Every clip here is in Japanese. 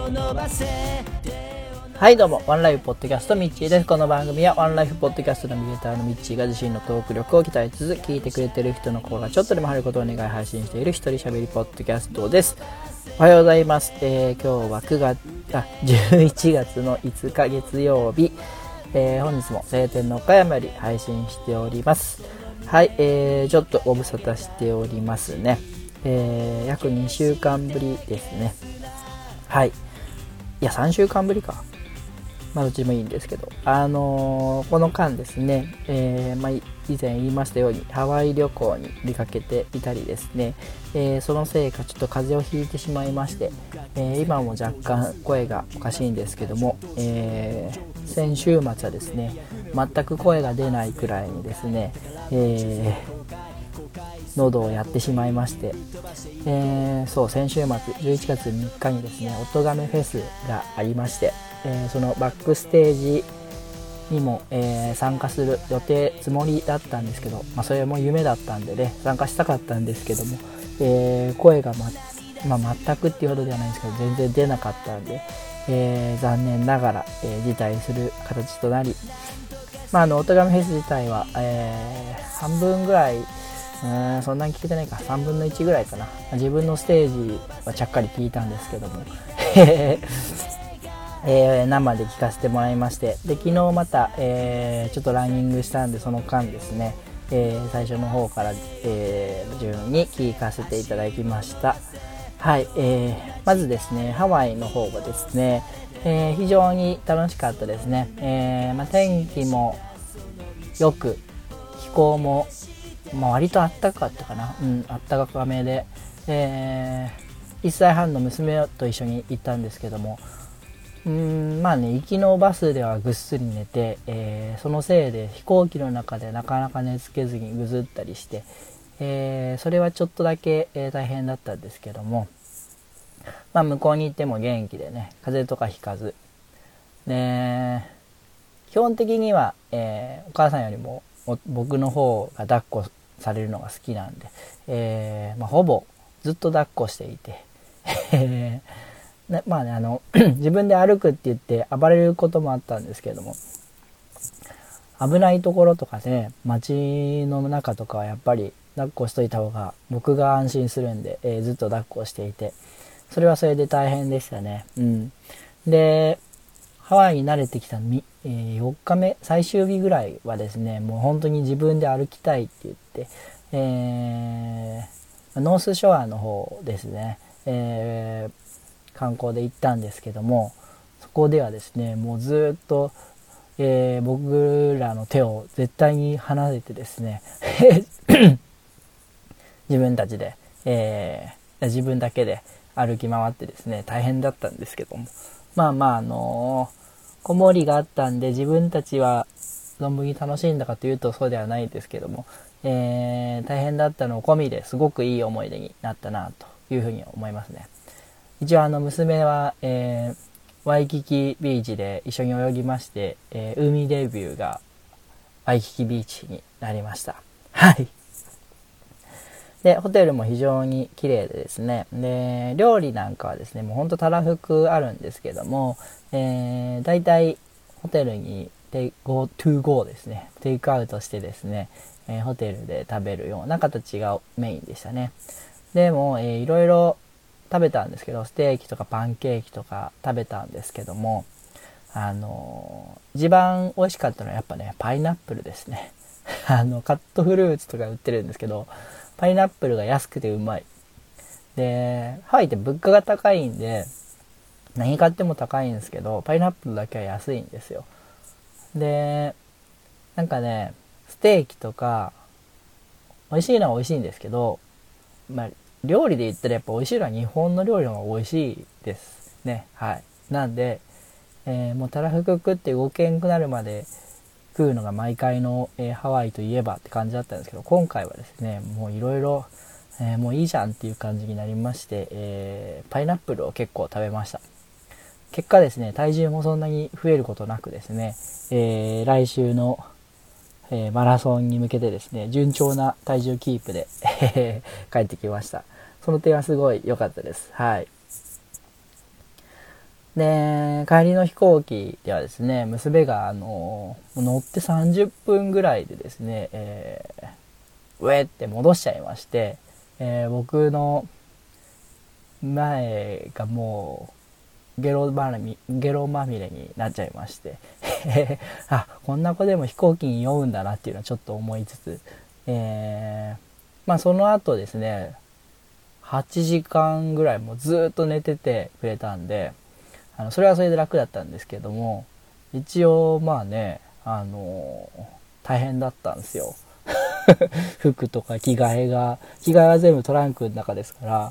はいどうも、ワンライフポッドキャストミッチーです。この番組はワンライフポッドキャストナビゲーターのミッチーが自身のトーク力を鍛えつつ、聞いてくれている人の心がちょっとでも晴れることを願い配信している一人喋りポッドキャストです。おはようございます。今日は11月の5日月曜日、本日も晴天の岡山より配信しております。はい、ちょっとご無沙汰しておりますね。約2週間ぶりですね。はい。いや、3週間ぶりか。どっちもいいんですけど、この間ですね、以前言いましたようにハワイ旅行に出かけていたりですね、そのせいかちょっと風邪をひいてしまいまして、今も若干声がおかしいんですけども、先週末はですね、全く声が出ないくらいにですね、喉をやってしまいまして、先週末11月3日にですね、おとがめフェスがありまして、そのバックステージにも、参加する予定つもりだったんですけど、それも夢だったんでね、参加したかったんですけども、声が、全くっていうほどではないんですけど、全然出なかったんで、残念ながら、辞退する形となり、おとがめフェス自体は、半分ぐらい、そんなに聞けてないか、3分の1ぐらいかな。自分のステージはちゃっかり聞いたんですけども生で聞かせてもらいまして、で昨日また、ちょっとランニングしたんで、その間ですね、最初の方から、順に聞かせていただきました。はい、まずですね、ハワイの方がですね、非常に楽しかったですね。天気もよく、気候も、割とあったかかったかな、あったかめで、1歳半の娘と一緒に行ったんですけども、行きのバスではぐっすり寝て、そのせいで飛行機の中でなかなか寝つけずにぐずったりして、それはちょっとだけ、大変だったんですけども、向こうに行っても元気でね、風邪とかひかずで、基本的には、お母さんよりも僕の方が抱っこされるのが好きなんで、ほぼずっと抱っこしていて自分で歩くって言って暴れることもあったんですけれども、危ないところとかね、街の中とかはやっぱり抱っこしといた方が僕が安心するんで、ずっと抱っこしていて、それはそれで大変でしたね。で、ハワイに慣れてきた4日目、最終日ぐらいはですね、もう本当に自分で歩きたいって言って、ノースショアの方ですね、観光で行ったんですけども、そこではですね、もうずっと、僕らの手を絶対に離れてですね自分たちで、自分だけで歩き回ってですね、大変だったんですけども、子守があったんで自分たちは存分に楽しんだかというとそうではないですけども、大変だったのを込みですごくいい思い出になったなというふうに思いますね。一応娘は、ワイキキビーチで一緒に泳ぎまして、海デビューがワイキキビーチになりました。はい。で、ホテルも非常に綺麗でですね、で、料理なんかはですね、もうほんとたらふくあるんですけども、だいたいホテルにGo to go ですね、テイクアウトしてですね、ホテルで食べるような形がメインでしたね。でも、いろいろ食べたんですけど、ステーキとかパンケーキとか食べたんですけども、一番美味しかったのはやっぱね、パイナップルですね。カットフルーツとか売ってるんですけど、パイナップルが安くてうまい。で、ハワイって物価が高いんで、何買っても高いんですけど、パイナップルだけは安いんですよ。で、なんかね、ステーキとか、美味しいのは美味しいんですけど、料理で言ったらやっぱ美味しいのは日本の料理の方が美味しいですね。はい。なんで、もうたらふく食って動けんくなるまで食うのが毎回の、ハワイといえばって感じだったんですけど、今回はですね、もういろいろもういいじゃんっていう感じになりまして、パイナップルを結構食べました。結果ですね、体重もそんなに増えることなくですね、来週の、マラソンに向けてですね、順調な体重キープで帰ってきました。その点はすごい良かったです。はい。 で、帰りの飛行機ではですね、娘が乗って30分ぐらいでですね、ウェって戻しちゃいまして、僕の前がもうゲロまみれになっちゃいましてあ、こんな子でも飛行機に酔うんだなっていうのはちょっと思いつつ、その後ですね、8時間ぐらいもずっと寝ててくれたんで、それはそれで楽だったんですけども、一応大変だったんですよ服とか着替えは全部トランクの中ですから、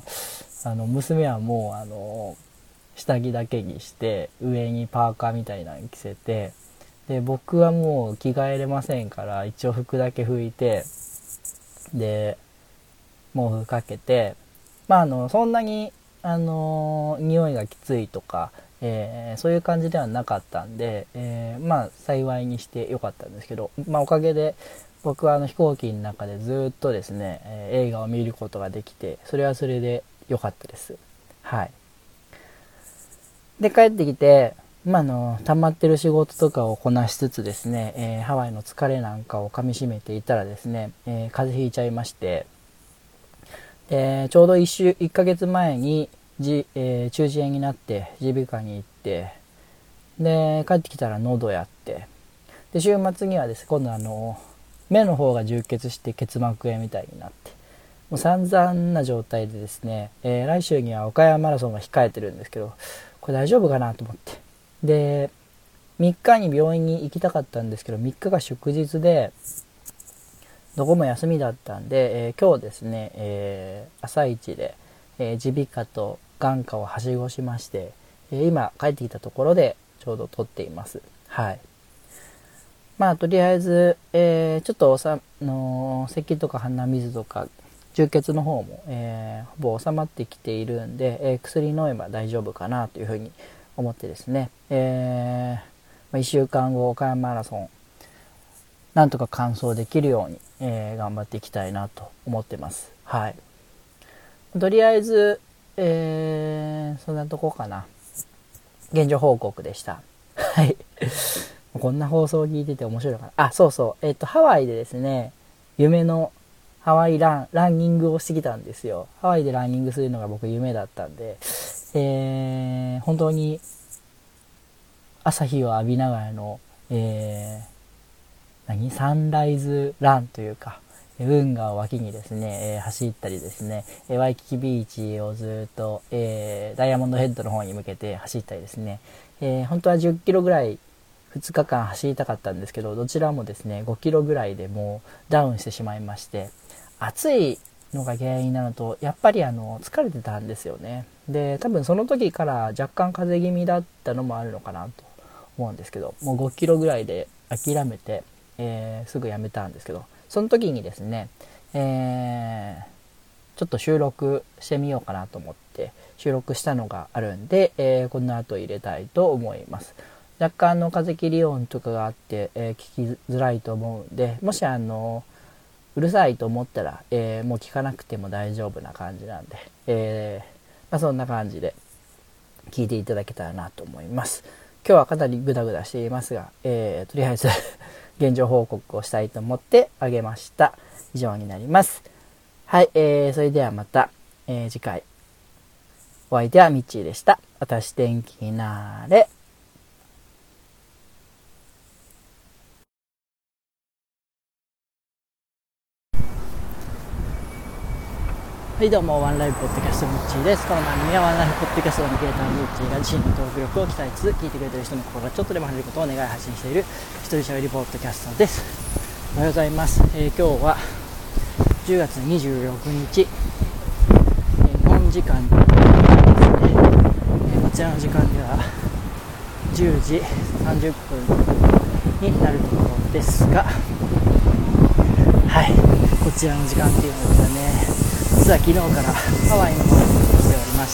娘はもう下着だけにして上にパーカーみたいなの着せて、で僕はもう着替えれませんから一応服だけ拭いて、で毛布かけて、そんなに匂いがきついとか、そういう感じではなかったんで、幸いにしてよかったんですけど、おかげで僕は飛行機の中でずっとですね、映画を見ることができて、それはそれで良かったです。はい。で帰ってきて、溜まってる仕事とかをこなしつつですね、ハワイの疲れなんかをかみしめていたらですね、風邪ひいちゃいまして、ちょうど1ヶ月前に中耳炎になって耳鼻科に行って、で帰ってきたら喉やって、で週末にはですね、今度目の方が充血して結膜炎みたいになって、もう散々な状態でですね、来週には岡山マラソンが控えてるんですけど、これ大丈夫かなと思って、で3日に病院に行きたかったんですけど、3日が祝日でどこも休みだったんで、今日ですね、朝一で、耳鼻科と眼科をはしごしまして、今帰ってきたところでちょうど撮っています。はい。とりあえず、ちょっと咳とか鼻水とか充血の方も、ほぼ収まってきているんで、薬飲めば大丈夫かなというふうに思ってですね、1週間後岡山マラソンなんとか完走できるように、頑張っていきたいなと思ってます。はい。とりあえず、そんなとこかな。現状報告でした。はい。こんな放送を聞いてて面白いのかな。そうそう。ハワイでですね、夢のハワイランニングをしてきたんですよ。ハワイでランニングするのが僕夢だったんで、本当に朝日を浴びながらの、サンライズランというか、運河を脇にですね、走ったりですね、ワイキキビーチをずっと、ダイヤモンドヘッドの方に向けて走ったりですね、本当は10キロぐらい2日間走りたかったんですけど、どちらもですね5キロぐらいでもうダウンしてしまいまして、暑いのが原因なのと、やっぱり疲れてたんですよね。で多分その時から若干風邪気味だったのもあるのかなと思うんですけど、もう5キロぐらいで諦めて、すぐやめたんですけど、その時にですね、ちょっと収録してみようかなと思って収録したのがあるんで、この後入れたいと思います。若干の風切り音とかがあって、聞きづらいと思うんで、もしうるさいと思ったら、もう聞かなくても大丈夫な感じなんで、そんな感じで聞いていただけたらなと思います。今日はかなりグダグダしていますが、とりあえず現状報告をしたいと思ってあげました。以上になります。はい、それではまた、次回。お相手はミッチーでした。私天気になーれ。はいどうも、ワンライフポッドキャストミッチーです。この番組はワンライフポッドキャストのナビゲーターミッチーが自身のトーク力を鍛えつつ、聞いてくれている人の心がちょっとでも晴れることを願い配信している一人喋りポッドキャストです。おはようございます。今日は10月26日、日本時間ですね、こちらの時間では10時30分になるところですが、はい、こちらの時間っていうのはね、実は昨日からハワイの方に来ておりまして、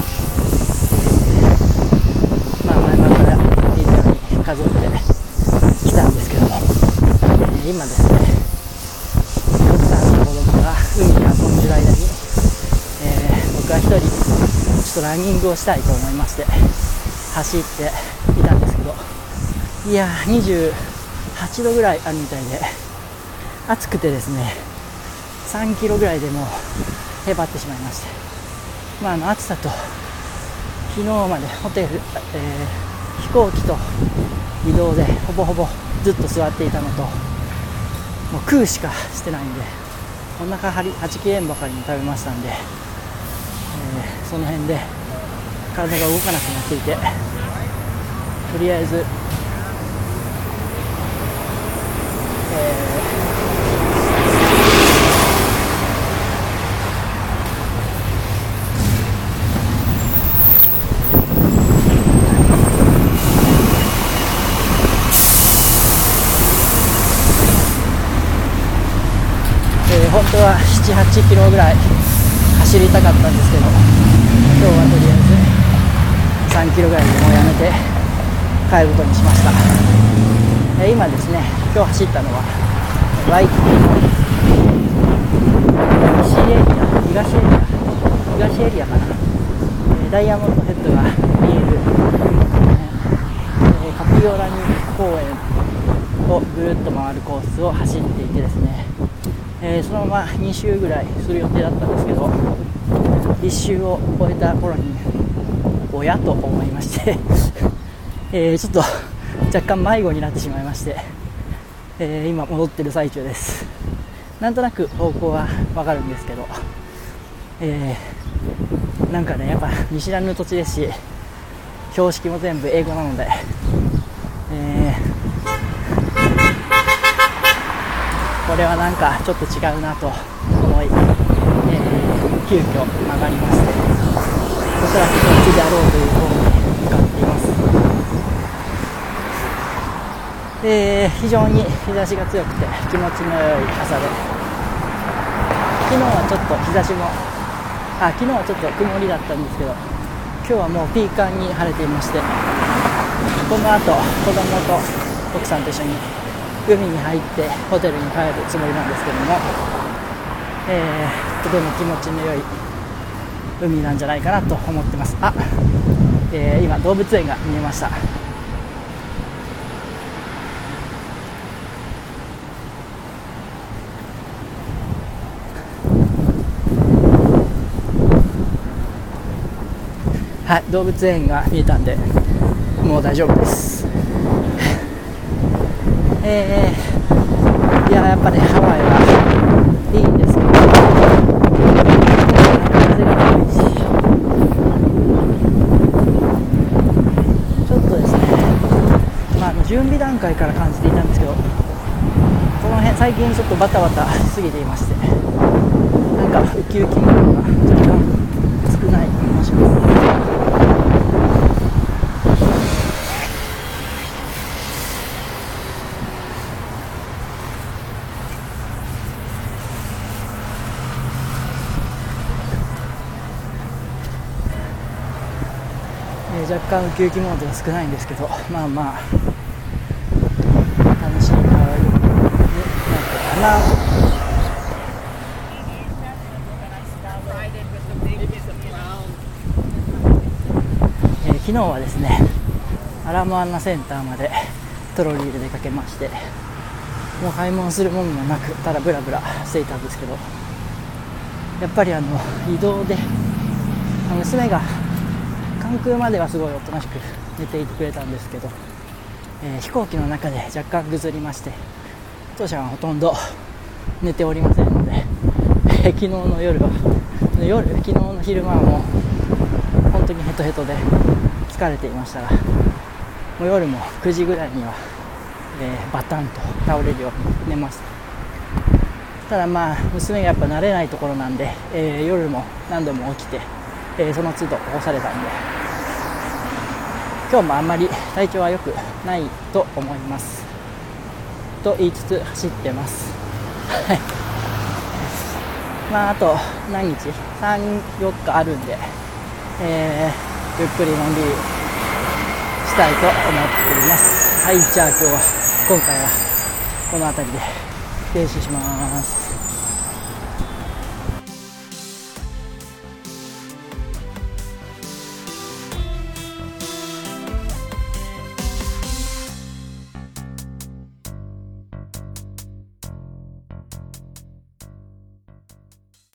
前々から以上に数えてきたんですけども、今ですね、奥さんの子供が海に遊んでる間に、僕は一人ちょっとランニングをしたいと思いまして、は走っていたんですけど、いやー28度ぐらいあるみたいで暑くてですね、3キロぐらいでもうへばってしまいまして、暑さと昨日までホテル、飛行機と移動でほぼほぼずっと座っていたのと、もう食うしかしてないんでお腹はちきれんばかりに食べましたんで、その辺で体が動かなくなっていて、とりあえず、本当は 7,8 キロぐらい走りたかったんですけど、今日はとりあえず3キロぐらいでもうやめて帰ることにしました。今ですね、今日走ったのはワイキキの東エリアかな、ダイヤモンドヘッドが見える、カピオラニ公園をぐるっと回るコースを走っていてですね、そのまま2周ぐらいする予定だったんですけど、1周を終えた頃におやと思いましてちょっと若干迷子になってしまいまして、今戻ってる最中です。なんとなく方向はわかるんですけど、なんかね、やっぱ見知らぬ土地ですし、標識も全部英語なので、これはなんかちょっと違うなと思い、急遽曲がりまして、おそらくこっちであろうという方に向かっています。非常に日差しが強くて気持ちの良い朝で、昨日はちょっと日差しも昨日はちょっと曇りだったんですけど、今日はもうピーカンに晴れていまして、この後子供と奥さんと一緒に海に入ってホテルに帰るつもりなんですけども、とても気持ちの良い海なんじゃないかなと思ってます。今動物園が見えました。はい、動物園が見えたんでもう大丈夫です。いや、やっぱりハワイはいいんですけど、風が強いし、ちょっとですね、準備段階から感じていたんですけど、この辺最近ちょっとバタバタしすぎていまして、なんかウキウキモードが若干少ない気もします。若干ウキウキモードが少ないんですけど、楽しいなになるかな。昨日はですね、アラモアナセンターまでトロリーで出かけまして、もう買い物するものもなくただブラブラしていたんですけど、やっぱり移動で娘が関空まではすごいおとなしく寝ていてくれたんですけど、飛行機の中で若干ぐずりまして、当社はほとんど寝ておりませんので、昨日の昼間はもう本当にヘトヘトで疲れていましたが、もう夜も9時ぐらいには、バタンと倒れるように寝ました。ただ娘がやっぱ慣れないところなんで、夜も何度も起きて、その都度起こされたんで、今日もあんまり体調は良くないと思いますと言いつつ走ってますあと何日 3,4 日あるんで、ゆっくりのんびりしたいと思っています。はい、じゃあ今回はこの辺りで停止します。